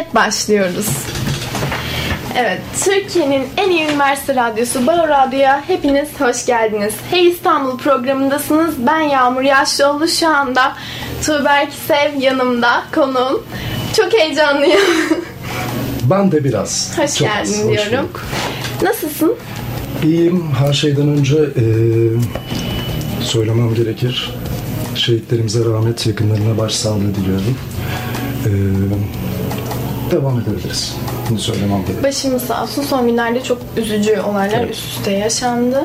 diyerek başlıyoruz. Evet, Türkiye'nin en iyi üniversite radyosu Baro Radyo'ya hepiniz hoş geldiniz. Hey İstanbul programındasınız. Ben Yağmur Yaşlıoğlu. Şu anda Tuğberk Sev yanımda, konuğum. Çok heyecanlıyım. Ben de biraz. Hoş çok geldin hoş diyorum. bulduk. Nasılsın? İyiyim. Her şeyden önce söylemem gerekir. Şehitlerimize rahmet, yakınlarına başsağlığı diliyorum. Devam edebiliriz. Bunu söylemem gerekir. Başımız sağ olsun. Son günlerde çok üzücü olaylar üst üste yaşandı.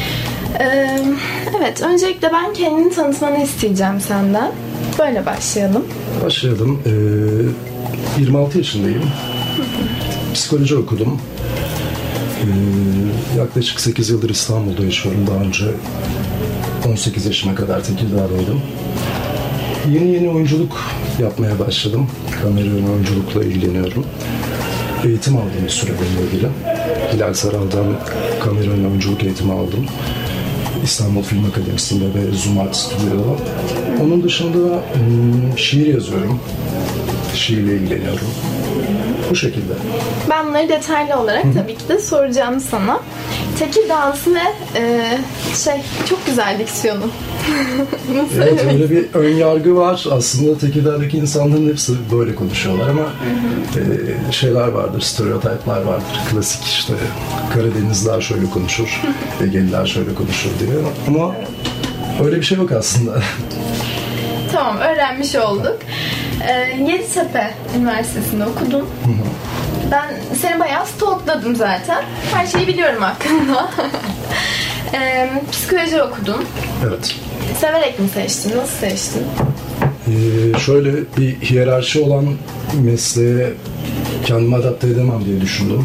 Evet, öncelikle ben kendini tanıtmanı isteyeceğim senden. Böyle başlayalım. Başlayalım. 26 yaşındayım. Psikoloji okudum. Yaklaşık 8 yıldır İstanbul'da yaşıyorum. Daha önce 18 yaşıma kadar Tekirdağ'daydım. Yeni oyunculuk yapmaya başladım. Kamera önü oyunculukla ilgileniyorum. Eğitim aldım bir süre bununla ilgili. Hilal Saral'dan kamera önü oyunculuk eğitimi aldım. İstanbul Film Akademisi'nde ve Zoom Art Stüdyo'da. Onun dışında şiir yazıyorum. Şiirle ilgileniyorum. Bu şekilde. Ben bunları detaylı olarak tabii ki de soracağım sana. Tekirdağlısı ve çok güzel diksiyonun. Evet, öyle bir ön yargı var. Aslında Tekirdağ'daki insanların hepsi böyle konuşuyorlar ama şeyler vardır, stereotipler vardır. Klasik işte Karadenizler şöyle konuşur, Egeliler şöyle konuşur diye. Ama öyle bir şey yok aslında. Tamam, öğrenmiş olduk. Yeditepe Üniversitesi'nde okudum. Ben seni bayağı stalkladım zaten. Her şeyi biliyorum hakkında. Psikoloji okudum. Evet. Severek mi seçtin? Nasıl seçtin? Şöyle bir hiyerarşi olan mesleğe kendimi adapte edemem diye düşündüm.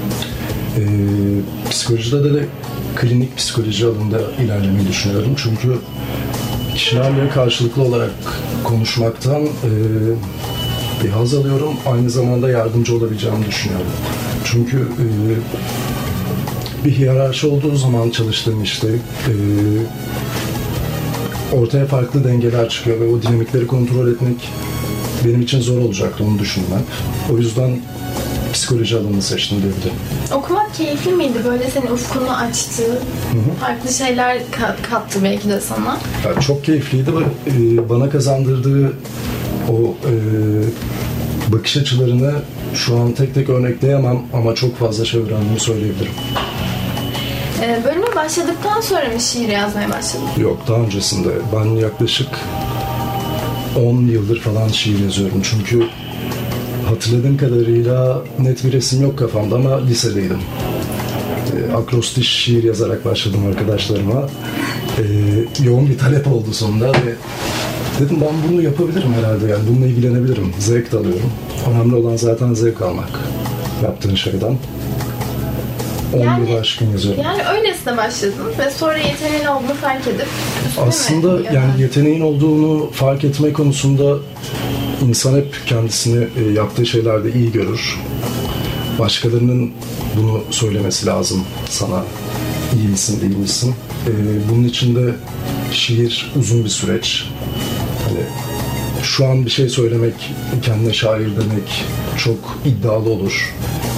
Psikolojide de klinik psikoloji alanında ilerlemeyi düşünüyorum. Çünkü kişilerle karşılıklı olarak konuşmaktan bir haz alıyorum. Aynı zamanda yardımcı olabileceğimi düşünüyorum. Çünkü bir hiyerarşi olduğu zaman çalıştığım işte ortaya farklı dengeler çıkıyor ve o dinamikleri kontrol etmek benim için zor olacaktı, onu düşünmem. O yüzden psikoloji alanını seçtim diyebilirim. Okumak keyifli miydi? Böyle senin ufkunu açtı, farklı şeyler kattı belki de sana. Yani çok keyifliydi ve bana kazandırdığı o bakış açılarını şu an tek tek örnekleyemem ama çok fazla şey öğrendiğimi söyleyebilirim. Bölüme başladıktan sonra mı şiir yazmaya başladın? Yok, daha öncesinde. Ben yaklaşık 10 yıldır falan şiir yazıyorum. Çünkü hatırladığım kadarıyla net bir resim yok kafamda ama lisedeydim. Akrostiş şiir yazarak başladım arkadaşlarıma. Yoğun bir talep oldu sonunda ve dedim ben bunu yapabilirim herhalde, yani bununla ilgilenebilirim. Zevk de alıyorum. Önemli olan zaten zevk almak yaptığın şeyden. 10 yıl aşkın yazıyorum. Yani öylesine başladın ve sonra yeteneğin olduğunu fark edip aslında yani yeteneğin olduğunu fark etme konusunda insan hep kendisini yaptığı şeylerde iyi görür. Başkalarının bunu söylemesi lazım sana. İyi misin, değil misin? Bunun için de şiir uzun bir süreç. Hani şu an bir şey söylemek, kendine şair demek çok iddialı olur.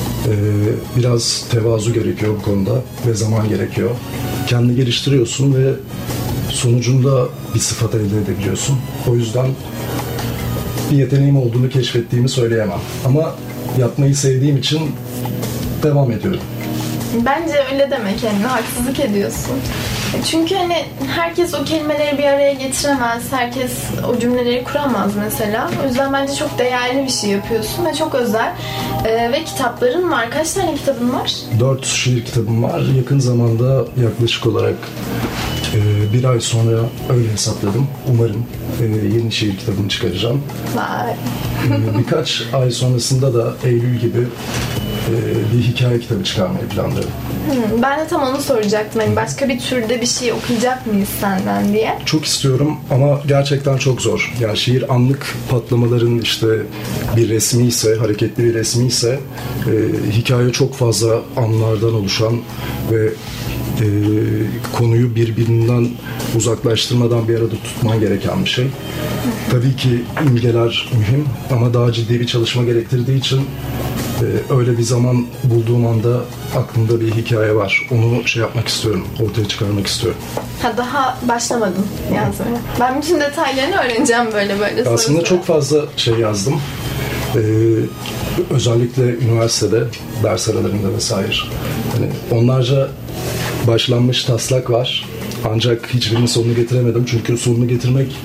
Biraz tevazu gerekiyor bu konuda ve zaman gerekiyor. Kendini geliştiriyorsun ve sonucunda bir sıfat elde edebiliyorsun. O yüzden bir yeteneğim olduğunu keşfettiğimi söyleyemem. Ama yapmayı sevdiğim için devam ediyorum. Bence öyle deme, kendine haksızlık ediyorsun. Çünkü hani herkes o kelimeleri bir araya getiremez. Herkes o cümleleri kuramaz mesela. O yüzden bence çok değerli bir şey yapıyorsun ve çok özel. Ve kitapların var. Kaç tane kitabın var? 4 şiir kitabım var. Yakın zamanda yaklaşık olarak bir ay sonra öyle hesapladım. Umarım yeni şiir kitabını çıkaracağım. Vay. Birkaç ay sonrasında da Eylül gibi bir hikaye kitabı çıkarmayı planlıyorum. Ben de tam onu soracaktım. Yani başka bir türde bir şey okuyacak mıyız senden diye. Çok istiyorum ama gerçekten çok zor. Yani şiir anlık patlamaların işte bir resmi ise, hareketli bir resmi ise hikaye çok fazla anlardan oluşan ve konuyu birbirinden uzaklaştırmadan bir arada tutman gereken bir şey. Tabii ki imgeler mühim ama daha ciddi bir çalışma gerektirdiği için öyle bir zaman bulduğum anda aklımda bir hikaye var. Onu yapmak istiyorum, ortaya çıkarmak istiyorum. Daha başlamadım yazmaya. Ben bütün detaylarını öğreneceğim böyle. Aslında çok fazla şey yazdım. Özellikle üniversitede, ders aralarında vesaire. Hani onlarca başlanmış taslak var. Ancak hiçbirinin sonunu getiremedim. Çünkü sonunu getirmek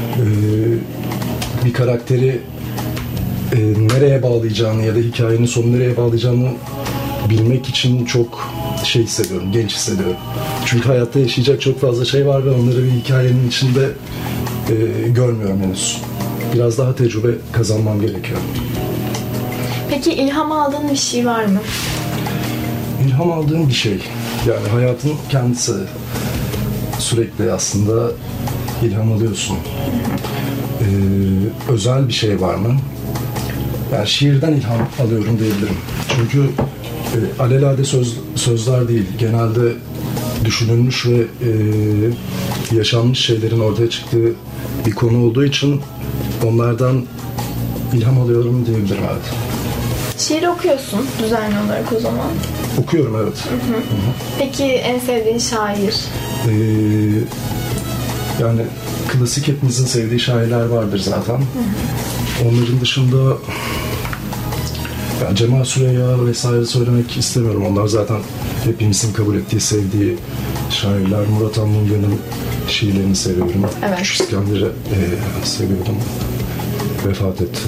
bir karakteri nereye bağlayacağını ya da hikayenin sonunu nereye bağlayacağını bilmek için çok hissediyorum, genç hissediyorum. Çünkü hayatta yaşayacak çok fazla şey var ve onları bir hikayenin içinde görmüyorum henüz. Biraz daha tecrübe kazanmam gerekiyor. Peki ilham aldığın bir şey var mı? İlham aldığım bir şey. Yani hayatın kendisi. Sürekli aslında ilham alıyorsun. Özel bir şey var mı? Yani şiirden ilham alıyorum diyebilirim. Çünkü alelade sözler değil. Genelde düşünülmüş ve yaşanmış şeylerin ortaya çıktığı bir konu olduğu için onlardan ilham alıyorum diyebilirim, evet. Şiir okuyorsun düzenli olarak o zaman. Okuyorum, evet. Hı. Peki en sevdiğin şair? Yani klasik, hepimizin sevdiği şairler vardır zaten. Onların dışında yani Cemal Süreya vesaire söylemek istemiyorum. Onlar zaten hepimizin kabul ettiği, sevdiği şairler. Murat Anmungan'ın şiirlerini seviyorum. Evet. Küçük İskender'i seviyordum. Vefat etti.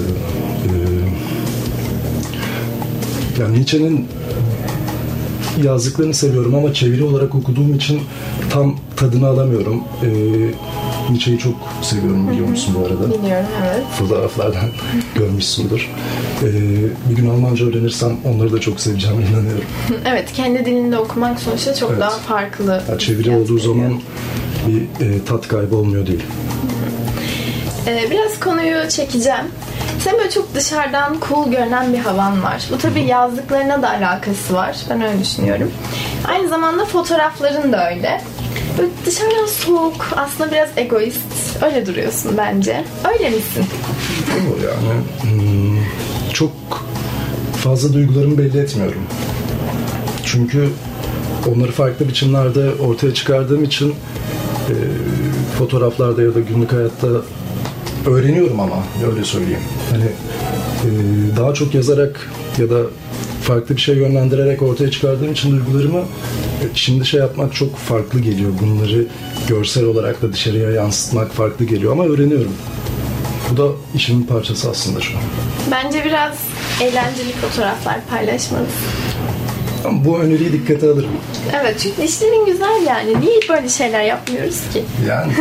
Yani Nietzsche'nin yazdıklarını seviyorum ama çeviri olarak okuduğum için tam tadını alamıyorum. Nietzsche'yi çok seviyorum, biliyor musun bu arada? Biliyorum, evet. Fotoğraflardan görmüşsündür. Bir gün Almanca öğrenirsem onları da çok seveceğime inanıyorum. Evet, kendi dilinde okumak sonuçta çok daha farklı. Ya, çeviri olduğu zaman bir tat kaybı olmuyor değil. Biraz konuyu çekeceğim. Sen böyle çok dışarıdan cool görünen bir havan var. Bu tabii yazdıklarına da alakası var. Ben öyle düşünüyorum. Aynı zamanda fotoğrafların da öyle. Böyle dışarıdan soğuk, aslında biraz egoist. Öyle duruyorsun bence. Öyle misin? Yani çok fazla duygularımı belli etmiyorum. Çünkü onları farklı biçimlerde ortaya çıkardığım için fotoğraflarda ya da günlük hayatta öğreniyorum, ama öyle söyleyeyim. Hani daha çok yazarak ya da farklı bir şey yönlendirerek ortaya çıkardığım için duygularımı şimdi yapmak çok farklı geliyor. Bunları görsel olarak da dışarıya yansıtmak farklı geliyor ama öğreniyorum. Bu da işimin parçası aslında şu an. Bence biraz eğlenceli fotoğraflar paylaşmalısın. Ama bu öneriyi dikkate alırım. Evet, çünkü işlerin güzel yani. Niye böyle şeyler yapmıyoruz ki? Yani.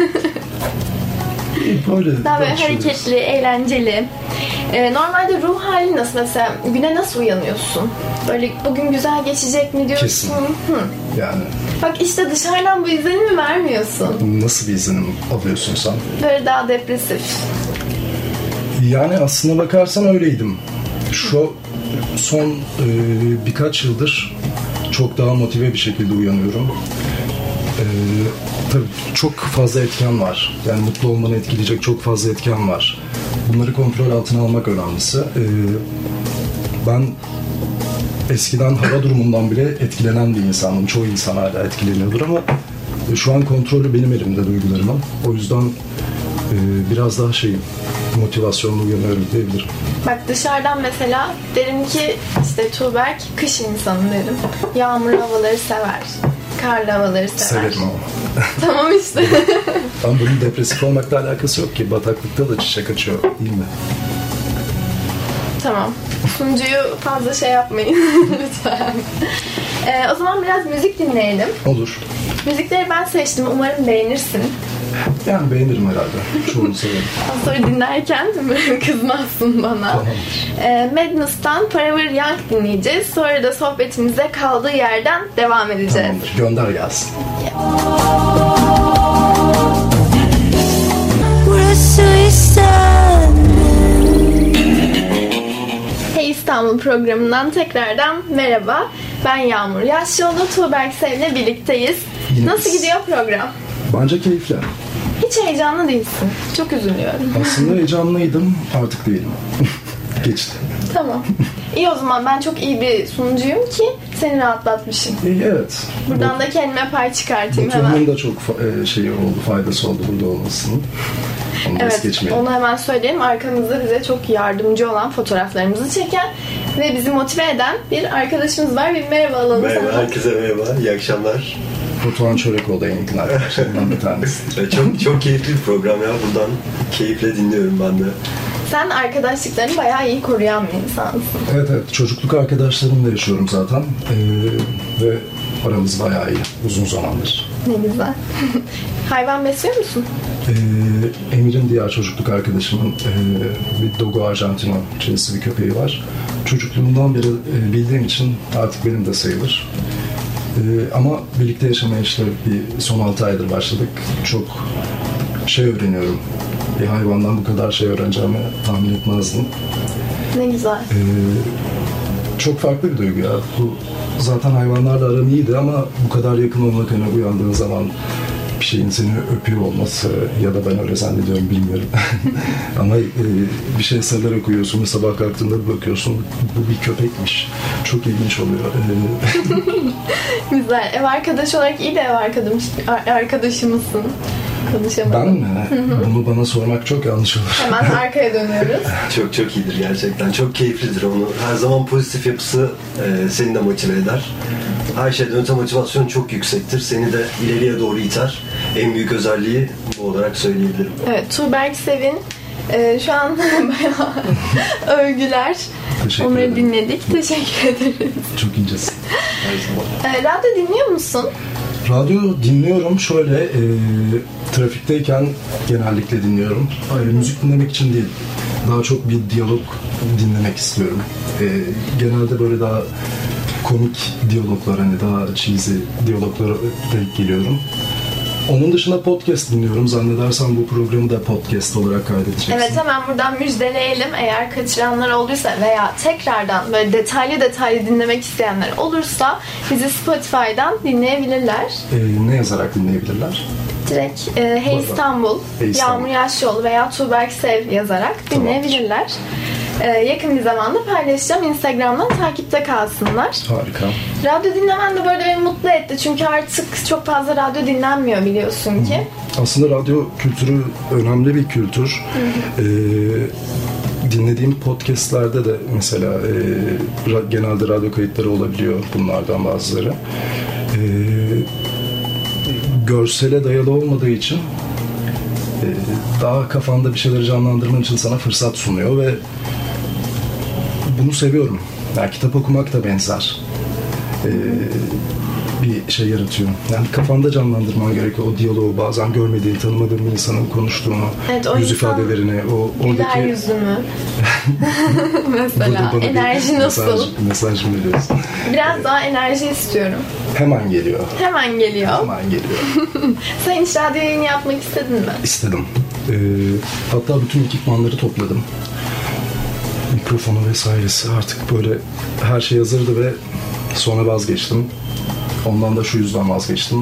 Böyle daha böyle hareketli, eğlenceli. Normalde ruh halin nasıl? Mesela güne nasıl uyanıyorsun? Böyle bugün güzel geçecek mi diyorsun? Kesin. Yani. Bak işte dışarıdan bu izlenimi vermiyorsun. Nasıl bir izlenim alıyorsun sen? Böyle daha depresif. Yani aslına bakarsan öyleydim. Şu son birkaç yıldır çok daha motive bir şekilde uyanıyorum. Tabii çok fazla etken var. Yani mutlu olmanı etkileyecek çok fazla etken var. Bunları kontrol altına almak önemlisi. Ben eskiden hava durumundan bile etkilenen bir insandım. Çoğu insan hala etkileniyordur ama şu an kontrolü benim elimde duygularımın. O yüzden biraz daha motivasyonla uyanıyorum diyebilirim. Bak dışarıdan mesela derim ki işte Tuğberk kış insanı derim. Yağmurlu havaları sever. Karlı havaları sever. Severim ama. Tamam işte. Ama bunun depresif olmakla alakası yok ki. Bataklıkta da çiçek açıyor değil mi? Tamam. Sunucuyu fazla yapmayın lütfen. O zaman biraz müzik dinleyelim. Olur. Müzikleri ben seçtim. Umarım beğenirsin. Yani beğenirim herhalde. Çoğunu severim. Sonra dinlerken kızmazsın bana. Tamamdır. Madness'tan Forever Young dinleyeceğiz. Sonra da sohbetimize kaldığı yerden devam edeceğiz. Tamamdır. Gönder gelsin. Hey İstanbul programından tekrardan merhaba. Ben Yağmur Yaşyolu, Tuğberk Sev'le birlikteyiz. Yine Nasıl biz. gidiyor program? Bence keyifli. Hiç heyecanlı değilsin. Çok üzülüyorum. Aslında heyecanlıydım, artık değilim. Geçti. Tamam. İyi o zaman, ben çok iyi bir sunucuyum ki seni rahatlatmışım. Evet. Buradan da kendime pay çıkartayım hemen. Batuhan'ın da çok şeyi oldu, faydası oldu burada olmasının. Onu Evet, geçmeyelim. onu hemen söyleyelim. Arkamızda bize çok yardımcı olan, fotoğraflarımızı çeken ve bizi motive eden bir arkadaşımız var. Bir merhaba alalım Merhaba, sana. herkese merhaba, iyi akşamlar. Batuhan Çörekoğlu en yakın arkadaşlarımdan bir tanesi. Çok keyifli bir program ya, buradan keyifle dinliyorum ben de. Sen arkadaşlıklarını bayağı iyi koruyan bir insansın. Evet, çocukluk arkadaşlarımla yaşıyorum zaten. Ve aramız bayağı iyi, uzun zamandır. Ne güzel. Hayvan besliyor musun? Emir'in diğer çocukluk arkadaşımın bir Dogo Argentino cinsi bir köpeği var. Çocukluğumdan beri bildiğim için artık benim de sayılır. Ama birlikte yaşamaya işte bir son 6 aydır başladık. Çok şey öğreniyorum. Bir hayvandan bu kadar şey öğreneceğimi tahmin etmezdim. Ne güzel. Çok farklı bir duygu ya. Bu zaten hayvanlarla aram iyiydi ama bu kadar yakın olmak, hani uyandığın zaman bir şeyin seni öpüyor olması, ya da ben öyle zannediyorum, bilmiyorum. Ama bir şey sarılarak uyuyorsun ve sabah kalktığında bir bakıyorsun bu bir köpekmiş. Çok ilginç oluyor. Güzel. Ev arkadaşı olarak iyi bir ev arkadaşımızsın. Konuşamadım. Ben mi? Bunu bana sormak çok yanlış olur. Hemen arkaya dönüyoruz. Çok iyidir gerçekten, çok keyiflidir onu. Her zaman pozitif yapısı seni de motive eder. Her şeyden öte motivasyonu çok yüksektir. Seni de ileriye doğru iter. En büyük özelliği bu olarak söyleyebilirim. Evet, Tuğberk Sev'in şu an bayağı övgüler. Teşekkür Onları ederim. dinledik. Teşekkür ederiz. Çok incesin. Her zaman. Radyo dinliyor musun? Radyo dinliyorum. Şöyle trafikteyken genellikle dinliyorum. Müzik dinlemek için değil. Daha çok bir diyalog dinlemek istiyorum. Genelde böyle daha komik diyaloglar, hani daha cheesy diyaloglara denk geliyorum. Onun dışında podcast dinliyorum. Zannedersem bu programı da podcast olarak kaydedeceksin. Evet, hemen buradan müjdeleyelim. Eğer kaçıranlar olduysa veya tekrardan böyle detaylı dinlemek isteyenler olursa bizi Spotify'dan dinleyebilirler. Ne yazarak dinleyebilirler? Direkt Hey İstanbul, Hey İstanbul, Yağmur Yaşyolu veya Tuğberk Sev yazarak dinleyebilirler. Yakın bir zamanda paylaşacağım. Instagram'dan takipte kalsınlar. Harika. Radyo dinlemen de böyle beni mutlu etti. Çünkü artık çok fazla radyo dinlenmiyor, biliyorsun ki. Aslında radyo kültürü önemli bir kültür. Dinlediğim podcastlerde de mesela genelde radyo kayıtları olabiliyor, bunlardan bazıları. Görsele dayalı olmadığı için daha kafanda bir şeyleri canlandırman için sana fırsat sunuyor ve bunu seviyorum. Yani kitap okumak da benzer. Bir şey yaratıyor. Yani kafanda canlandırman gerekiyor o diyaloğu, bazen görmediğin, tanımadığın bir insanın konuştuğunu, Evet, o yüz insan ifadelerini, Güler oradaki yüzümü. Mesela bana bir enerji nasıl? mesaj mı veriyorsun? Biraz daha enerji istiyorum. Hemen geliyor. Hemen geliyor. Hemen geliyor. Sen hiç radyo yayını yapmak istedin mi? İstedim. Hatta bütün ekipmanları topladım. Mikrofonu vesairesi, artık böyle her şey hazırdı ve sonra vazgeçtim. Ondan da şu yüzden vazgeçtim.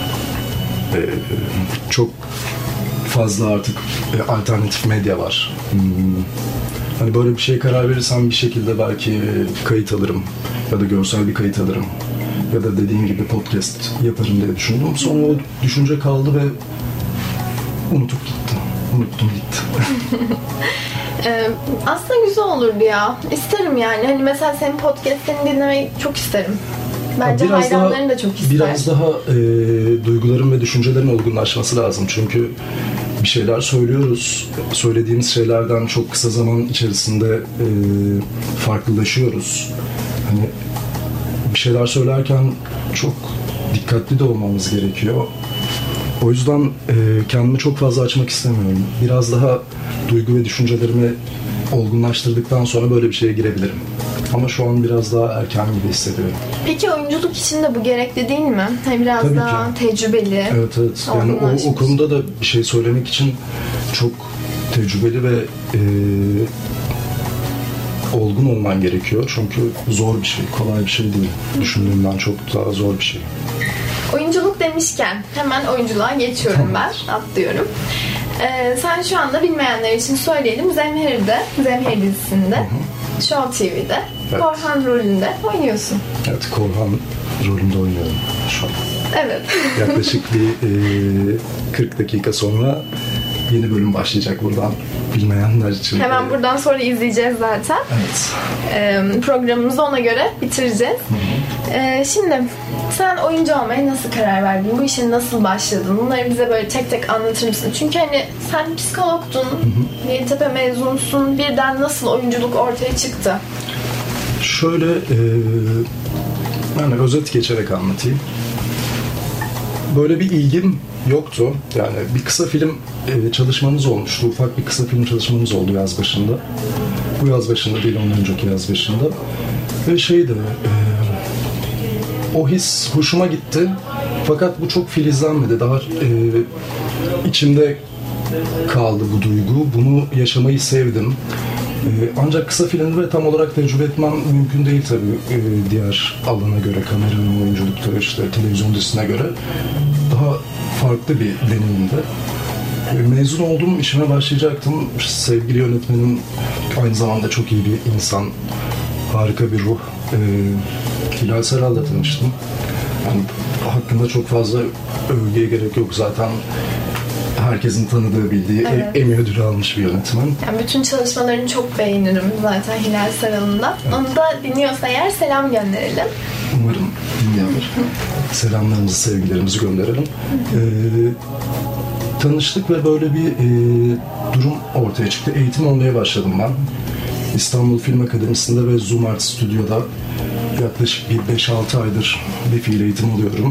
Çok fazla artık alternatif medya var. Hani böyle bir şeye karar verirsem bir şekilde belki kayıt alırım ya da görsel bir kayıt alırım ya da dediğim gibi podcast yaparım diye düşündüm. Sonra o düşünce kaldı ve unuttum gitti. Aslında güzel olurdu ya. İsterim yani. Hani mesela senin podcast'ini dinlemeyi çok isterim. Bence hayranların da çok ister. Biraz daha duyguların ve düşüncelerin olgunlaşması lazım. Çünkü bir şeyler söylüyoruz. Söylediğimiz şeylerden çok kısa zaman içerisinde farklılaşıyoruz. Hani bir şeyler söylerken çok dikkatli de olmamız gerekiyor. O yüzden kendimi çok fazla açmak istemiyorum. Biraz daha duygu ve düşüncelerimi olgunlaştırdıktan sonra böyle bir şeye girebilirim. Ama şu an biraz daha erken gibi hissediyorum. Peki oyunculuk için de bu gerekli değil mi? Hani biraz Tabii daha ki. tecrübeli. Evet. Yani o konuda da bir şey söylemek için çok tecrübeli ve olgun olman gerekiyor. Çünkü zor bir şey, kolay bir şey değil. Düşündüğümden çok daha zor bir şey. Oyunculuk demişken hemen oyunculuğa geçiyorum ben, atlıyorum. Sen şu anda bilmeyenler için söyleyelim, Zemher dizisinde, Show TV'de, evet. Korhan rolünde oynuyorsun. Evet, Korhan rolünde oynuyorum şu an. Evet. Yaklaşık bir 40 dakika sonra yeni bölüm başlayacak buradan bilmeyenler için. Hemen buradan sonra izleyeceğiz zaten. Evet. Programımızı ona göre bitireceğiz. Şimdi sen oyuncu olmaya nasıl karar verdin? Bu işe nasıl başladın? Bunları bize böyle tek tek anlatır mısın? Çünkü hani sen psikologdun, Yeditepe mezunsun. Birden nasıl oyunculuk ortaya çıktı? Şöyle yani özet geçerek anlatayım. Böyle bir ilgim yoktu. Yani bir kısa film çalışmamız olmuştu. Ufak bir kısa film çalışmamız oldu yaz başında. Bu yaz başında değil, ondan önceki yaz başında. Ve şeydi, o his hoşuma gitti. Fakat bu çok filizlenmedi. Daha içimde kaldı bu duygu. Bunu yaşamayı sevdim. Ancak kısa filmde tam olarak tecrübe etmem mümkün değil tabii, diğer alana göre, kamera, oyunculukta, işte televizyon dizisine göre daha farklı bir deneyimdi. Mezun oldum, işime başlayacaktım. Sevgili yönetmenim aynı zamanda çok iyi bir insan, harika bir ruh. Hilal Saral'la tanıştım. Yani hakkında çok fazla övgüye gerek yok zaten. Herkesin tanıdığı, bildiği, evet. Emmy ödülü almış bir yönetmen. Yani bütün çalışmalarını çok beğenirim zaten Hilal Saral'ın da. Evet. Onu da dinliyorsa eğer selam gönderelim. Umarım dinliyordur. Selamlarımızı, sevgilerimizi gönderelim. Tanıştık ve böyle bir durum ortaya çıktı. Eğitim almaya başladım ben. İstanbul Film Akademisi'nde ve Zoom Art Stüdyo'da yaklaşık bir 5-6 aydır bir fiil eğitim alıyorum.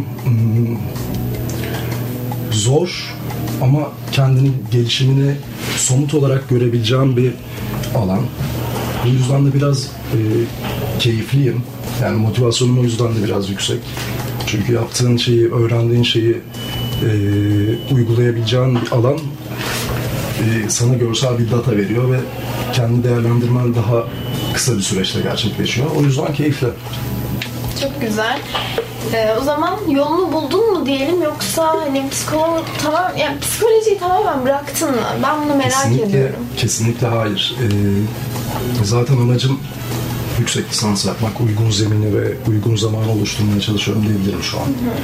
Zor ama kendini, gelişimini somut olarak görebileceğim bir alan. Bu yüzden de biraz keyifliyim. Yani motivasyonum o yüzden de biraz yüksek. Çünkü yaptığın şeyi, öğrendiğin şeyi uygulayabileceğin bir alan sana görsel bir data veriyor ve kendi değerlendirmen daha kısa bir süreçte gerçekleşiyor. O yüzden keyifli. Çok güzel. O zaman yolunu buldun mu diyelim, yoksa hani psikolojiyi tamamen bıraktın mı? Ben bunu merak ediyorum. Kesinlikle hayır. Zaten amacım yüksek lisans yapmak, uygun zemini ve uygun zamanı oluşturmaya çalışıyorum diyebilirim şu an.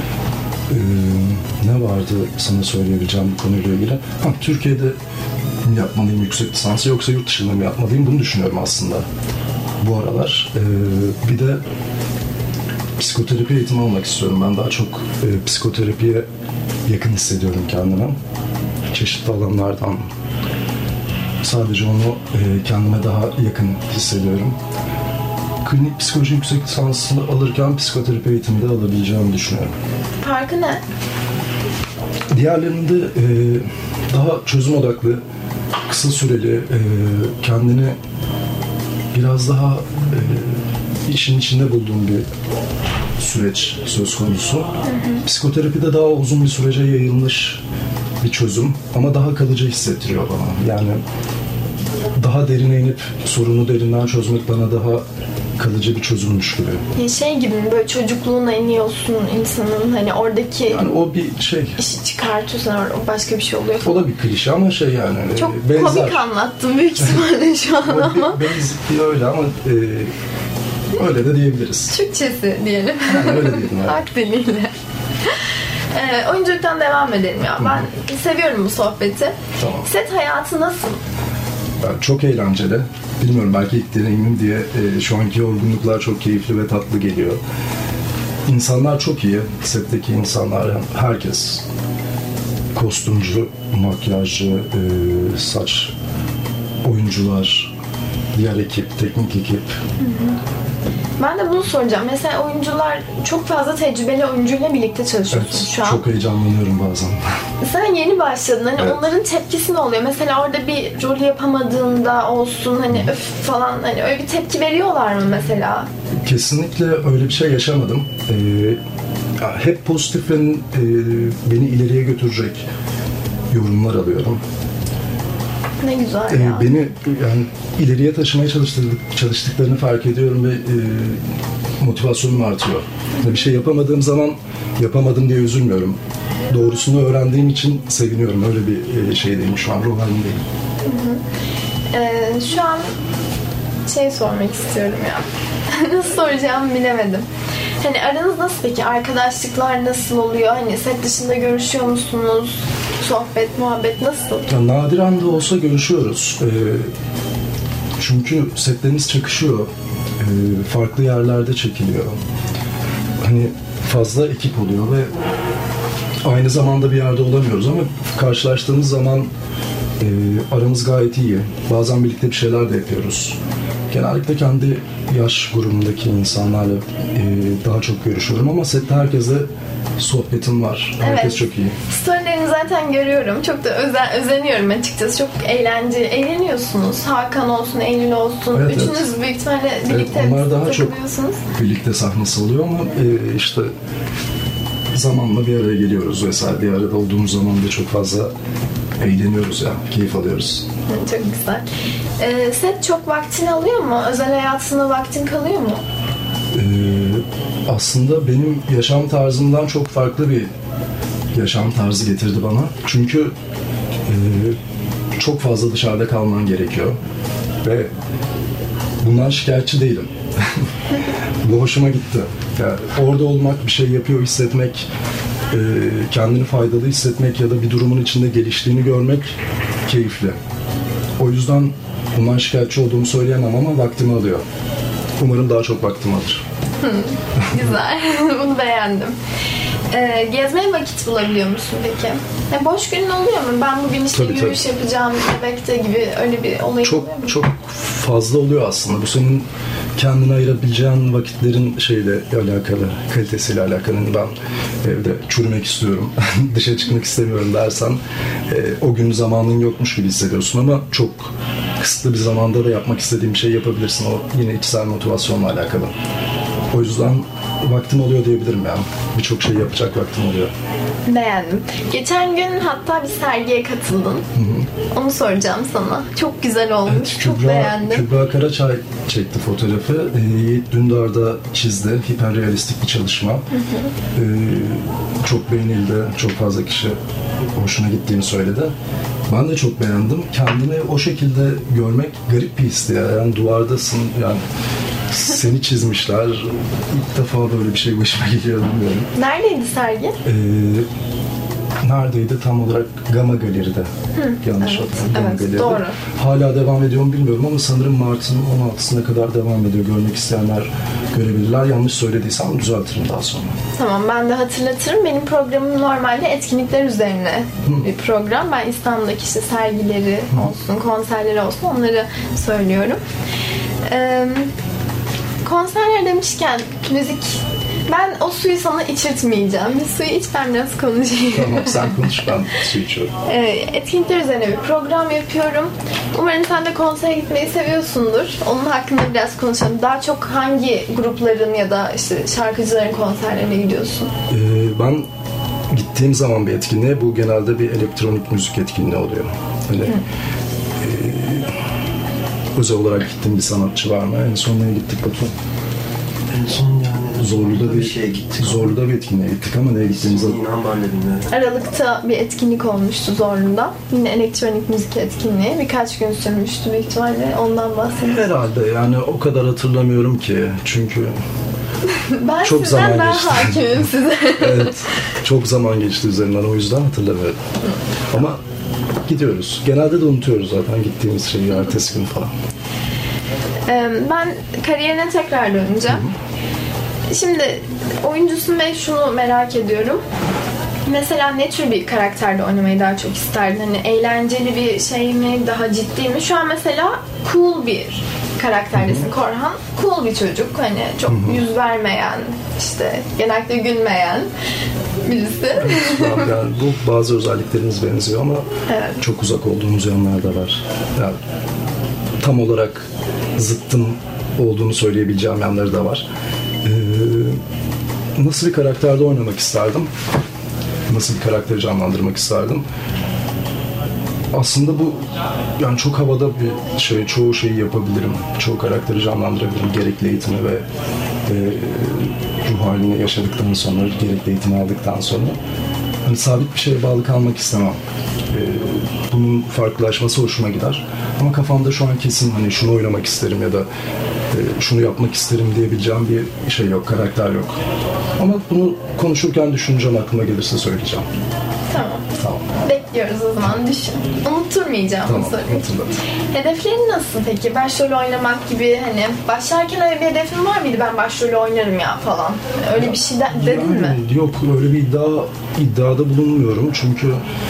Ne vardı sana söyleyebileceğim bu konuyla ilgili? Türkiye'de mi yapmalıyım yüksek lisansı yoksa yurt dışında mı yapmalıyım, bunu düşünüyorum aslında bu aralar. Bir de psikoterapi eğitimi almak istiyorum. Ben daha çok psikoterapiye yakın hissediyorum kendime. Çeşitli alanlardan sadece onu kendime daha yakın hissediyorum. Klinik psikoloji yüksek lisansını alırken psikoterapi eğitimi de alabileceğimi düşünüyorum. Farkı ne? Diğerlerinde daha çözüm odaklı, kısa süreli, kendini biraz daha işin içinde bulduğum bir süreç söz konusu. Psikoterapide daha uzun bir sürece yayılmış bir çözüm ama daha kalıcı hissettiriyor bana. Yani daha derine inip sorunu derinden çözmek bana daha kalıcı bir çözümmüş gibi. Şey gibi mi, böyle çocukluğuna iniyorsun insanın, hani oradaki yani o bir şey. İşi çıkartıyorsun, başka bir şey oluyor. O da bir klişe ama şey yani. Çok benzer. Komik anlattım büyük ihtimalle şu an ama. Basic öyle ama öyle de diyebiliriz. Türkçesi diyelim. Yani öyle diyelim. Evet. Akdeniyle. Oyunculuktan devam edelim ya. Ben seviyorum bu sohbeti. Tamam. Set hayatı nasıl? Çok eğlenceli. Bilmiyorum, belki ilk deneyimim diye şu anki yorgunluklar çok keyifli ve tatlı geliyor. İnsanlar çok iyi. Setteki insanlar, yani herkes. Kostümcü, makyajcı, saç, oyuncular, diğer ekip, teknik ekip. Ben de bunu soracağım. Mesela oyuncular, çok fazla tecrübeli oyuncuyla birlikte çalışıyorsun evet, şu an. Çok heyecanlanıyorum bazen. Sen yeni başladın. Hani evet. Onların tepkisi ne oluyor? Mesela orada bir rol yapamadığında olsun, hani öf falan, hani öyle bir tepki veriyorlar mı mesela? Kesinlikle öyle bir şey yaşamadım. Hep pozitif ve beni ileriye götürecek yorumlar alıyorum. Ne güzel ya. Beni yani ileriye taşımaya çalıştıklarını fark ediyorum ve motivasyonum artıyor. Bir şey yapamadığım zaman yapamadım diye üzülmüyorum. Doğrusunu öğrendiğim için seviniyorum. Öyle bir şeydeyim şu an, ruh halindeyim. Şu an sormak istiyorum ya. Nasıl soracağımı bilemedim. Hani aranız nasıl peki? Arkadaşlıklar nasıl oluyor? Hani set dışında görüşüyor musunuz? Sohbet, muhabbet nasıl? Ya, nadiren de olsa görüşüyoruz. Çünkü setlerimiz çakışıyor. Farklı yerlerde çekiliyor. Hani fazla ekip oluyor ve aynı zamanda bir yerde olamıyoruz ama karşılaştığımız zaman aramız gayet iyi. Bazen birlikte bir şeyler de yapıyoruz. Genellikle kendi yaş grubundaki insanlarla daha çok görüşüyorum ama sette herkesle sohbetim var. Herkes Evet. çok iyi. Storylerini zaten görüyorum. Çok da özeniyorum açıkçası. Çok eğleniyorsunuz. Hakan olsun, Eylül olsun. Evet, Üçünüz evet. büyük ihtimalle birlikte Evet, onlar daha çok takılıyorsunuz. birlikte sahnesi oluyor ama işte zamanla bir araya geliyoruz vesaire. Bir arada olduğumuz zaman da çok fazla eğleniyoruz ya, keyif alıyoruz. Çok güzel. Set çok vaktini alıyor mu? Özel hayatına vaktin kalıyor mu? Aslında benim yaşam tarzımdan çok farklı bir yaşam tarzı getirdi bana. Çünkü çok fazla dışarıda kalman gerekiyor ve bundan şikayetçi değilim. Bu hoşuma gitti. Yani orada olmak, bir şey yapıyor hissetmek, kendini faydalı hissetmek ya da bir durumun içinde geliştiğini görmek keyifli. O yüzden bundan şikayetçi olduğumu söyleyemem ama vaktimi alıyor. Umarım daha çok vaktimi alır. Güzel. Bunu beğendim. Gezmeye vakit bulabiliyor musun peki? Boş günün oluyor mu? Ben bugün işte Tabii, yürüyüş yapacağım Bebek'te gibi öyle bir olay Çok oluyor mu? çok fazla oluyor aslında. Bu senin kendine ayırabileceğin vakitlerin şeyle alakalı, kalitesiyle alakalı. Ben evde çürümek istiyorum, dışarı çıkmak istemiyorum dersen o gün zamanın yokmuş gibi hissediyorsun ama çok kısıtlı bir zamanda da yapmak istediğin bir şey yapabilirsin. O yine içsel motivasyonla alakalı. O yüzden vaktim oluyor diyebilirim yani. Birçok şey yapacak vaktim oluyor. Beğendim. Geçen gün hatta bir sergiye katıldın. Onu soracağım sana. Çok güzel olmuş. Evet, çok beğendim. Kübra Karaçay çekti fotoğrafı. Yiğit Dündar da çizdi. Hiperrealistik bir çalışma. Çok beğenildi. Çok fazla kişi hoşuna gittiğini söyledi. Ben de çok beğendim. Kendini o şekilde görmek garip bir histi ya. Yani duvardasın yani. Seni çizmişler. İlk defa böyle bir şey başıma geliyor bilmiyorum. Neredeydi sergi? Neredeydi? Tam olarak Gama Galeri'de. Yanlış hatırlamıyorum. Gama evet, Galeri'de. doğru. Hala devam ediyor mu bilmiyorum ama sanırım Mart'ın 16'sına kadar devam ediyor. Görmek isteyenler görebilirler. Yanlış söylediysem düzeltirim daha sonra. Tamam, ben de hatırlatırım. Benim programım normalde etkinlikler üzerine bir program. Ben İstanbul'daki işte sergileri olsun, konserleri olsun onları söylüyorum. Konserler demişken müzik, ben o suyu sana içirtmeyeceğim. Bir suyu iç, ben biraz konuşayım. Tamam, sen konuş, ben su içiyorum. Etkinlikler üzerine bir program yapıyorum. Umarım sen de konsere gitmeyi seviyorsundur. Onun hakkında biraz konuşalım. Daha çok hangi grupların ya da işte şarkıcıların konserlerine gidiyorsun? Ben gittiğim zaman bir etkinliğe, bu genelde bir elektronik müzik etkinliği oluyor. Öyle. Özel olarak gittiğim bir sanatçı var mı? En son neye gittik Batu? En son yani Zorlu'da bir şeye gittik. Zorlu'da bir etkinliğe gittik ama neye gittiğimizi İnan ben de bilmiyorum. Aralık'ta bir etkinlik olmuştu Zorlu'da. Yine elektronik müzik etkinliği. Birkaç gün sürmüştü büyük ihtimalle. Ondan bahsedeyim. herhalde yani o kadar hatırlamıyorum ki. Çünkü Ben çok sizden zaman daha geçti. hakimim size. evet, çok zaman geçti üzerinden, o yüzden hatırlamıyorum. Ama gidiyoruz. Genelde de unutuyoruz zaten gittiğimiz şeyi ertesi gün falan. Ben kariyerine tekrar döneceğim. Şimdi oyuncusun ve şunu merak ediyorum. Mesela ne tür bir karakterde oynamayı daha çok isterdin? Hani eğlenceli bir şey mi, daha ciddi mi? Şu an mesela cool bir karakterdesin Korhan. Cool bir çocuk. Hani çok yüz vermeyen, işte genellikle gülmeyen birisi. Yani bu bazı özelliklerimiz benziyor ama çok uzak olduğumuz yanlar da var. Yani tam olarak zıttım olduğunu söyleyebileceğim yanları da var. Nasıl bir karakterde oynamak isterdim? Nasıl bir karakteri canlandırmak isterdim? aslında bu yani çok havada bir şey. Çoğu şeyi yapabilirim. Çoğu karakteri canlandırabilirim. Gerekli eğitimi ve ruh halini yaşadıktan sonra, gerekli eğitimi aldıktan sonra. Hani sabit bir şeye bağlı kalmak istemem. Bunun farklılaşması hoşuma gider. Ama kafamda şu an kesin hani şunu oynamak isterim ya da şunu yapmak isterim diyebileceğim bir şey yok, karakter yok. Ama bunu konuşurken düşüneceğim, aklıma gelirse söyleyeceğim. Tamam. Bekliyoruz o zaman, düşün. Unutturmayacağım bu soruyu. Hatırladım. Hedeflerin nasıl peki? Başrol oynamak gibi hani başlarken öyle bir hedefin var mıydı? Ben başrolü oynarım ya falan. Öyle bir şey dedin mi? Yok, öyle bir iddiada bulunmuyorum. Çünkü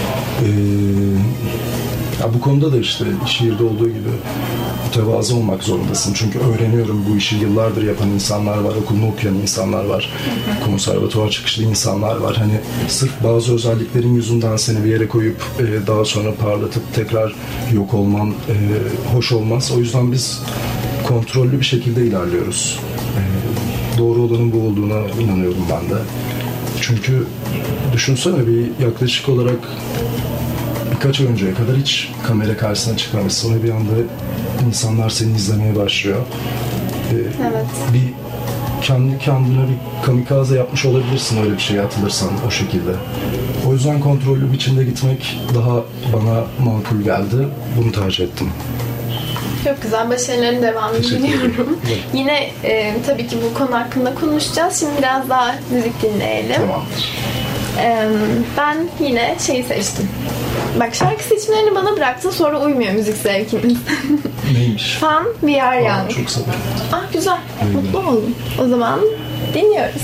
ya bu konuda da işte şiirde olduğu gibi mütevazı olmak zorundasın. Çünkü öğreniyorum, bu işi yıllardır yapan insanlar var, okulunu okuyan insanlar var, konservatuvar çıkışlı insanlar var. Hani sırf bazı özelliklerin yüzünden seni bir yere koyup daha sonra parlatıp tekrar yok olman hoş olmaz. O yüzden biz kontrollü bir şekilde ilerliyoruz. Doğru olanın bu olduğuna inanıyorum ben de. Çünkü düşünsene, bir yaklaşık olarak birkaç ay önceye kadar hiç kamera karşısına çıkmamışsın ve bir anda insanlar seni izlemeye başlıyor. Evet. Bir kendi kendine bir kamikaze yapmış olabilirsin öyle bir şeye atılırsan o şekilde. O yüzden kontrollü biçimde gitmek daha bana makul geldi. Bunu tercih ettim. Çok güzel. Başarıların devamını diliyorum. Evet. Yine tabii ki bu konu hakkında konuşacağız. Şimdi biraz daha müzik dinleyelim. Tamamdır. Ben yine şeyi seçtim. Bak, şarkı seçimlerini bana bıraktın, sonra uymuyor müzik zevkiniz. Neymiş? Fan VR Young. Çok severim. Güzel. Mutlu oldum. O zaman dinliyoruz.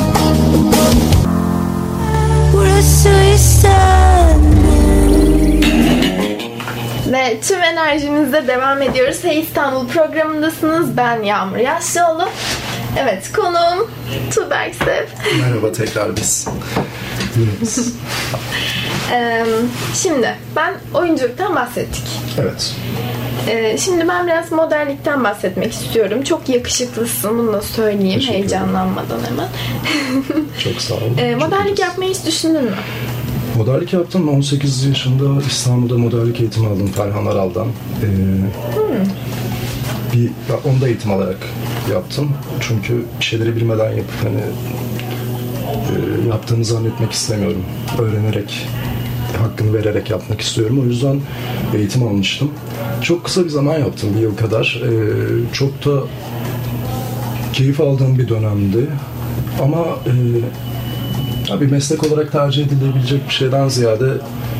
Burası İstanbul. Ve tüm enerjimizle devam ediyoruz. Hey İstanbul programındasınız. Ben Yağmur Yaşlıoğlu. Evet, konuğum Tuğberk Sev. Merhaba tekrar biz. Şimdi ben oyunculuktan bahsettik. Evet. Şimdi ben biraz modellikten bahsetmek istiyorum. Çok yakışıklısın, bunu da söyleyeyim Teşekkür ederim. heyecanlanmadan hemen. Çok sağ olun. Modellik yapmayı hiç düşündün mü? Modellik yaptım. 18 yaşında İstanbul'da modellik eğitimi aldım Ferhan Aral'dan. Onda eğitim alarak yaptım. Çünkü bir şeyleri bilmeden yapıp hani yaptığımı zannetmek istemiyorum. Öğrenerek, hakkını vererek yapmak istiyorum. O yüzden eğitim almıştım. Çok kısa bir zaman yaptım, bir yıl kadar. Çok da keyif aldığım bir dönemdi. Ama bir meslek olarak tercih edilebilecek bir şeyden ziyade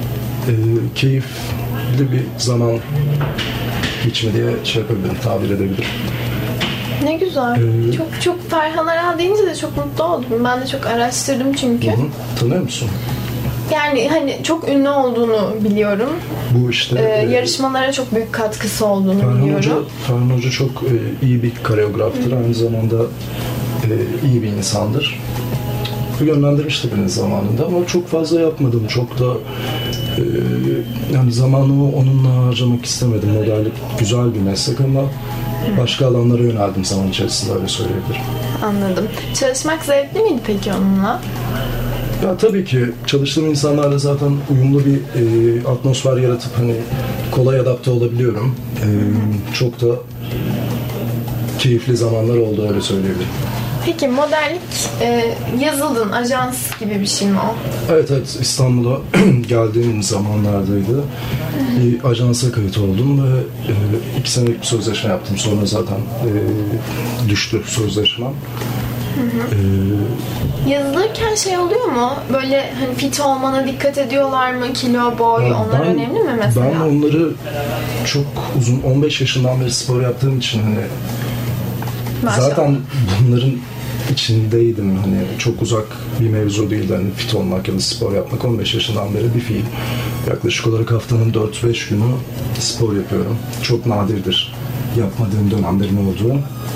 keyifli bir zaman geçimi diye şey yapabilirim, tabir edebilirim. Ne güzel. Çok Ferhan Aral deyince de çok mutlu oldum. Ben de çok araştırdım çünkü. Tanıyor musun? Yani hani çok ünlü olduğunu biliyorum. Bu işte yarışmalara çok büyük katkısı olduğunu biliyorum. Ferhan Hoca çok iyi bir koreograftır. Aynı zamanda iyi bir insandır. Yönlendirmişti beni zamanında ama çok fazla yapmadım. Çok da yani zamanımı onunla harcamak istemedim. Modellik güzel bir meslek ama başka alanlara yöneldim zaman içerisinde, öyle söyleyebilirim. Anladım. Çalışmak zevkli miydi peki onunla? Ya tabii ki çalıştığım insanlarla zaten uyumlu bir atmosfer yaratıp hani kolay adapte olabiliyorum. Çok da keyifli zamanlar oldu, öyle söyleyebilirim. Peki modellik yazıldın, ajans gibi bir şey mi o? Evet, İstanbul'a geldiğim zamanlardaydı. Bir ajansa kayıt oldum ve 2 senelik bir sözleşme yaptım. Sonra zaten düştü sözleşmem. Yazılırken şey oluyor mu? Böyle hani fit olmana dikkat ediyorlar mı? Kilo, boy, onlar önemli mi mesela? Ben onları çok uzun, 15 yaşından beri spor yaptığım için hani Maşallah. zaten bunların içindeydim. Hani çok uzak bir mevzu değil. Hani fit olmak ya da spor yapmak 15 yaşından beri bir fiil. Yaklaşık olarak haftanın 4-5 günü spor yapıyorum. Çok nadirdir yapmadığım dönemlerin olduğu.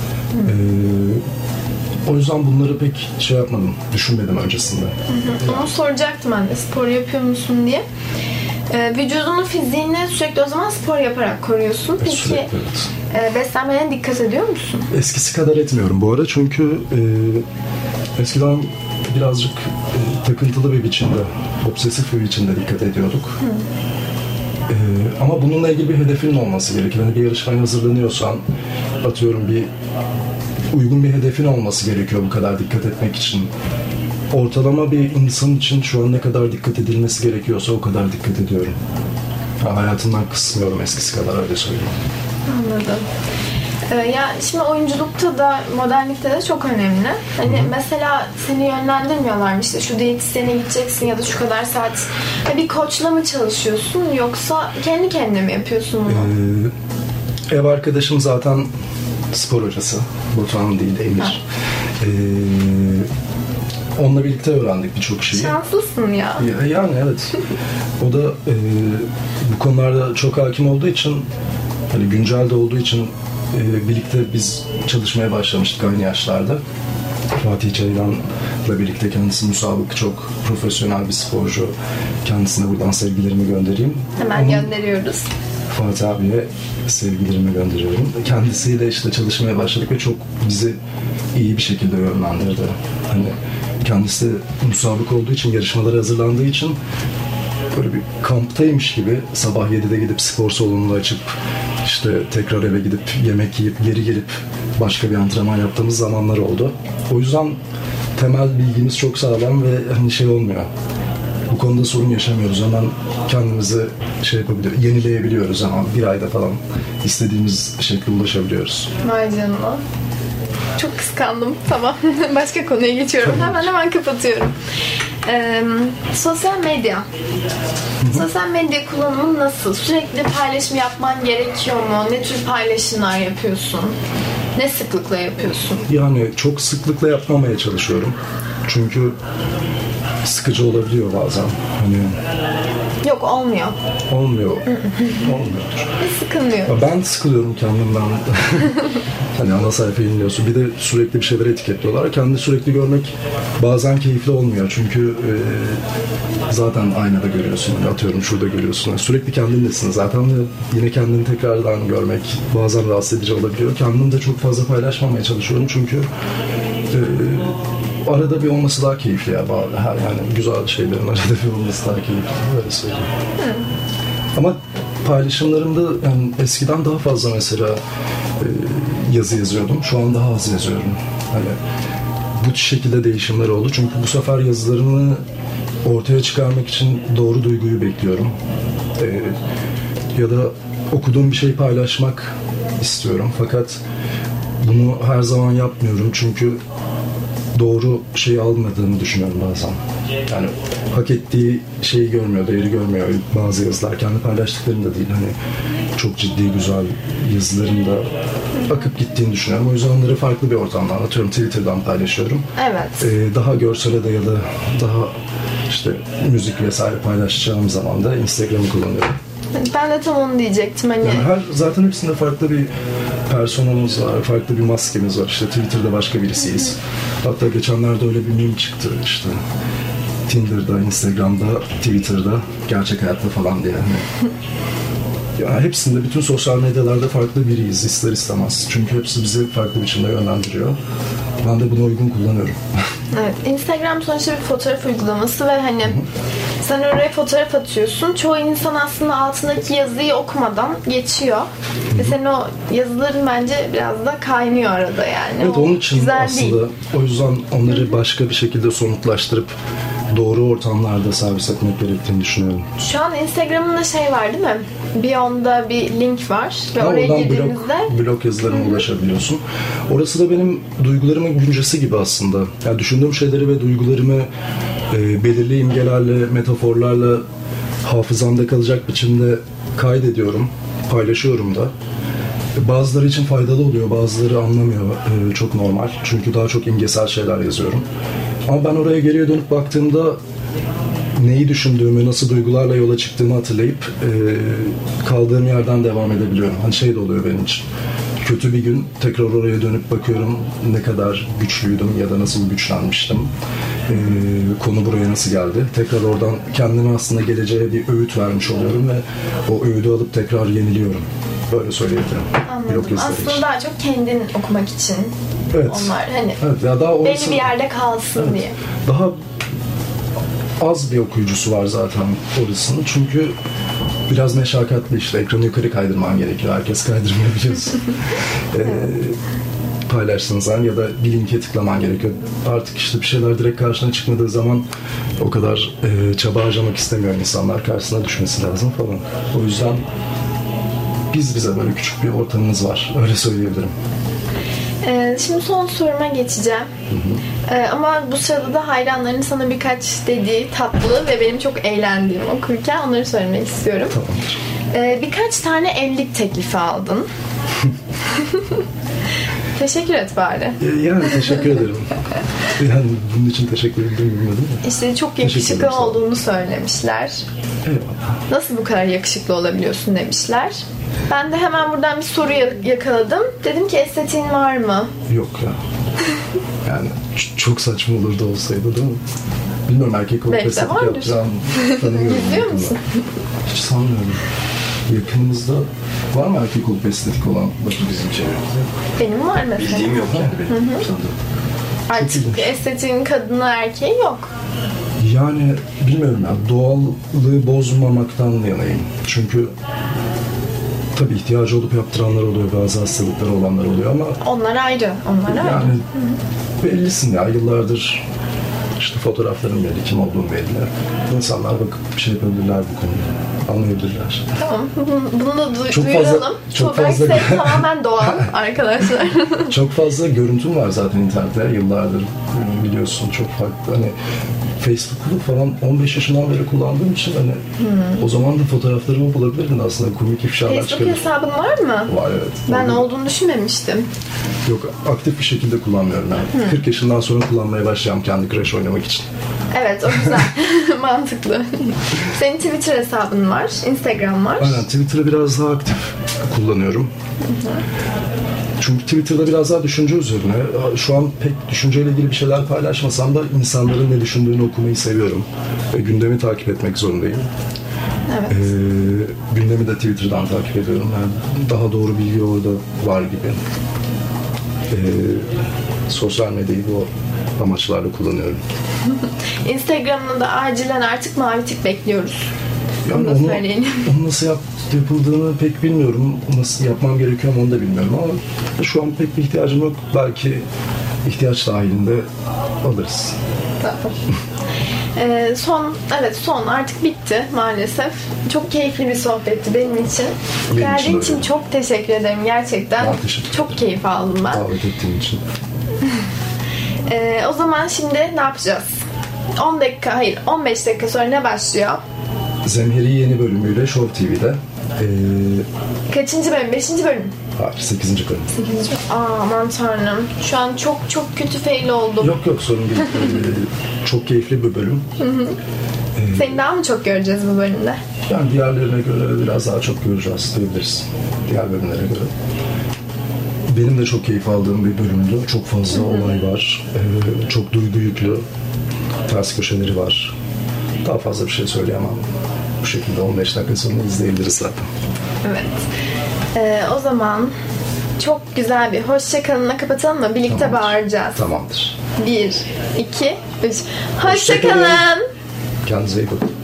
O yüzden bunları pek şey yapmadım, düşünmedim öncesinde. Onu soracaktım ben de, spor yapıyor musun diye. Vücudunun fiziğini sürekli o zaman spor yaparak koruyorsun. Peki Sürekli, evet. Beslenmene dikkat ediyor musun? Eskisi kadar etmiyorum bu ara çünkü eskiden birazcık takıntılı bir biçimde, obsesif bir biçimde dikkat ediyorduk. Ama bununla ilgili bir hedefinin olması gerekiyor. Yani bir yarışmaya hazırlanıyorsan, atıyorum bir uygun bir hedefin olması gerekiyor bu kadar dikkat etmek için. Ortalama bir insan için şu an ne kadar dikkat edilmesi gerekiyorsa o kadar dikkat ediyorum. Hayatımdan kısmıyorum eskisi kadar, öyle söyleyeyim. Anladım. Ya şimdi oyunculukta da modellikte de çok önemli. Hani mesela seni yönlendirmiyorlar mı, işte şu diyetisyene gideceksin ya da şu kadar saat. Bir koçla mı çalışıyorsun yoksa kendi kendine mi yapıyorsun bunu? Ev arkadaşım zaten spor hocası. Batuhan değil, Emir. Onunla birlikte öğrendik birçok şeyi. Şanslısın ya. Yani evet. O da bu konularda çok hakim olduğu için, hani güncel de olduğu için birlikte biz çalışmaya başlamıştık aynı yaşlarda. Fatih Çaylan'la birlikte, kendisi müsabık, çok profesyonel bir sporcu. Kendisine buradan sevgilerimi göndereyim. Hemen gönderiyoruz. Fatih abiye sevgilerimi gönderiyorum. Kendisiyle işte çalışmaya başladık ve çok bizi iyi bir şekilde yönlendirdi. Hani kendisi de müsabık olduğu için, yarışmalara hazırlandığı için böyle bir kamptaymış gibi sabah 7'de gidip spor salonunu açıp işte tekrar eve gidip yemek yiyip geri gelip başka bir antrenman yaptığımız zamanlar oldu. O yüzden temel bilgimiz çok sağlam ve hani şey olmuyor. Bu konuda sorun yaşamıyoruz. Hemen kendimizi yenileyebiliyoruz ama bir ayda falan istediğimiz şekilde ulaşabiliyoruz. Vay canına. Çok kıskandım. Tamam. Başka konuya geçiyorum. Hemen kapatıyorum. Sosyal medya. Sosyal medya kullanımın nasıl? Sürekli paylaşım yapman gerekiyor mu? Ne tür paylaşımlar yapıyorsun? Ne sıklıkla yapıyorsun? Yani çok sıklıkla yapmamaya çalışıyorum. Çünkü sıkıcı olabiliyor bazen. Hani yok, olmuyor. Olmuyor. Sıkılmıyor. Ben sıkılıyorum kendimden. Hani ana sayfayı inliyorsun. Bir de sürekli bir şeyler etiketliyorlar. Kendini sürekli görmek bazen keyifli olmuyor. Çünkü zaten aynada görüyorsun. Atıyorum şurada görüyorsun. Sürekli kendinlesin zaten ve yine kendini tekrardan görmek bazen rahatsız edici olabiliyor. Kendimi de çok fazla paylaşmamaya çalışıyorum. Çünkü arada bir olması daha keyifli ya. Yani güzel şeylerin arada bir olması daha keyifli. Öyle söyleyeyim. Ama paylaşımlarımda yani eskiden daha fazla mesela yazı yazıyordum. Şu an daha az yazıyorum. Hani bu şekilde değişimler oldu. Çünkü bu sefer yazılarımı ortaya çıkarmak için doğru duyguyu bekliyorum. Ya da okuduğum bir şey paylaşmak istiyorum. Fakat bunu her zaman yapmıyorum. Çünkü doğru şeyi almadığını düşünüyorum bazen. Yani hak ettiği şeyi görmüyor, değeri görmüyor bazı yazılar. Kendi paylaştıklarım da değil. Hani çok ciddi, güzel yazıların da akıp gittiğini düşünüyorum. O yüzden onları farklı bir ortamdan, atıyorum Twitter'dan paylaşıyorum. Evet. Daha görsele dayalı, daha işte müzik vesaire paylaşacağım zaman da Instagram'ı kullanıyorum. Ben de tam onu diyecektim. Hani... Yani zaten hepsinde farklı bir personamız var, farklı bir maskemiz var. İşte Twitter'da başka birisiyiz. Hatta geçenlerde öyle bir meme çıktı işte. Tinder'da, Instagram'da, Twitter'da, gerçek hayatta falan diye. Ya hepsinde, bütün sosyal medyalarda farklı biriyiz ister istemez. Çünkü hepsi bizi farklı biçimde yönlendiriyor. Ben de bunu uygun kullanıyorum. Evet, Instagram sonuçta bir fotoğraf uygulaması ve hani sen oraya fotoğraf atıyorsun. Çoğu insan aslında altındaki yazıyı okumadan geçiyor. Ve senin o yazıların bence biraz da kaynıyor arada yani. Evet, onun için güzel aslında değil. O yüzden onları başka bir şekilde somutlaştırıp doğru ortamlarda servis etmek gerektiğini düşünüyorum. Şu an Instagram'ında şey var değil mi? Biyon'da bir link var ve oraya girdiğimizde blog yazılarına ulaşabiliyorsun. Orası da benim duygularımın güncesi gibi aslında. Yani düşündüğüm şeyleri ve duygularımı belirli imgelerle, metaforlarla hafızamda kalacak biçimde kaydediyorum, paylaşıyorum da. Bazıları için faydalı oluyor, bazıları anlamıyor. Çok normal. Çünkü daha çok imgesel şeyler yazıyorum. Ama ben oraya geriye dönüp baktığımda neyi düşündüğümü, nasıl duygularla yola çıktığımı hatırlayıp kaldığım yerden devam edebiliyorum. Hani şey de oluyor benim için. Kötü bir gün tekrar oraya dönüp bakıyorum ne kadar güçlüydüm ya da nasıl güçlenmiştim. Konu buraya nasıl geldi. Tekrar oradan kendime aslında geleceğe bir öğüt vermiş oluyorum ve o öğüdü alıp tekrar yeniliyorum. Böyle söyleyebilirim. Anladım. Aslında daha çok kendin okumak için. Evet. Onlar hani evet, ya daha belli bir yerde kalsın evet, diye. Daha az bir okuyucusu var zaten orasının. Çünkü biraz meşakkatli işte. Ekranı yukarı kaydırman gerekiyor. Herkes kaydırmıyor biliyorsun. Paylaştığın zaman ya da bir linke tıklaman gerekiyor. Artık işte bir şeyler direkt karşına çıkmadığı zaman o kadar çaba harcamak istemiyor insanlar. Karşısına düşmesi lazım falan. O yüzden bize böyle küçük bir ortamımız var. Öyle söyleyebilirim. Şimdi son soruma geçeceğim. Ama bu sırada da hayranların sana birkaç dediği tatlı ve benim çok eğlendiğim okurken onları söylemek istiyorum. Tamamdır. Birkaç tane evlilik teklifi aldın. Teşekkür et bari. Yani teşekkür ederim. Yani bunun için teşekkür ederim bilmiyordum. İşte çok yakışıklı olduğunu söylemişler. Eyvallah. Nasıl bu kadar yakışıklı olabiliyorsun demişler. Ben de hemen buradan bir soru yakaladım. Dedim ki estetiğin var mı? Yok ya. Yani çok saçma olurdu olsaydı değil mi? Bilmiyorum, erkek olup Belki de estetik vardır. yapacağım. Tanımıyorum. Biliyor musun? Hiç sanmıyorum. Yakınımızda var mı erkek olup estetik olan? Bizim çevremizde. Benim var mesela. Bildiğim yok yani benim. Sanırım. Artık estetiğin kadını erkeği yok. Yani bilmiyorum ya, doğallığı bozmamaktan yanayım. Çünkü tabii ihtiyacı olup yaptıranlar oluyor, bazı hastalıkları olanlar oluyor ama Onlar ayrı. Onlar ayrı. yani bellisin ya, yıllardır işte fotoğrafların belli, kim olduğun belli. İnsanlar bakıp bir şey yapabilirler bu konuda, anlayabilirler. Tamam. Bunu da Çok duyuralım. fazla- çok Tuğberk fazla- Sev tamamen doğal arkadaşlar. Çok fazla görüntüm var zaten internette, yıllardır biliyorsun, çok farklı. Hani Facebook'u falan 15 yaşından beri kullandığım için hani o zaman da fotoğraflarımı bulabilirdin aslında, komik ifşalar Facebook çıkabilir. hesabın var mı? Var, evet. Ben Orada- olduğunu düşünmemiştim. Yok, aktif bir şekilde kullanmıyorum yani. 40 yaşından sonra kullanmaya başlayacağım Candy Crush oynamak için. Evet, o güzel. Mantıklı. Senin Twitter hesabın var, Instagram var. Aynen, Twitter'ı biraz daha aktif kullanıyorum. Çünkü Twitter'da biraz daha düşünce üzerine. Şu an pek düşünceyle ilgili bir şeyler paylaşmasam da insanların ne düşündüğünü okumayı seviyorum. Gündemi takip etmek zorundayım. Evet. Gündemi de Twitter'dan takip ediyorum. Yani daha doğru bilgi orada var gibi. Sosyal medyayı bu amaçlarla kullanıyorum. Instagram'da da acilen artık mavi tik bekliyoruz. Yani Bunu da söyleyelim. onu nasıl yapıldığını pek bilmiyorum. Nasıl yapmam gerekiyor onu da bilmiyorum ama şu an pek bir ihtiyacım yok. Belki ihtiyaç dahilinde alırız. Son artık bitti maalesef. Çok keyifli bir sohbetti benim için. Benim Geldiğin için için öyle. çok teşekkür ederim gerçekten. Ben teşekkür Çok ederim. keyif aldım ben. Davet ettiğin için. O zaman şimdi ne yapacağız? 15 dakika sonra ne başlıyor? Zemheri yeni bölümüyle Show TV'de. Kaçıncı bölüm? 5. bölüm. Hayır, 8. bölüm. 8. Aman tanrım. Şu an çok kötü fail oldum. Yok sorun değil. Çok keyifli bir bölüm. Seni daha mı çok göreceğiz bu bölümde? Yani diğerlerine göre biraz daha çok göreceğiz diyebiliriz. Diğer bölümlere göre. Benim de çok keyif aldığım bir bölümdü. Çok fazla olay var. Çok duygu yüklü. Ters köşeleri var. Daha fazla bir şey söyleyemem. Bu şekilde 15 dakika sonra izleyebiliriz zaten. Evet. O zaman çok güzel bir hoşçakalınla kapatalım mı? Birlikte Tamamdır. bağıracağız. Tamamdır. 1, 2, 3. Hoşça kalın. Hoşçakalın. Kendinize iyi bakın.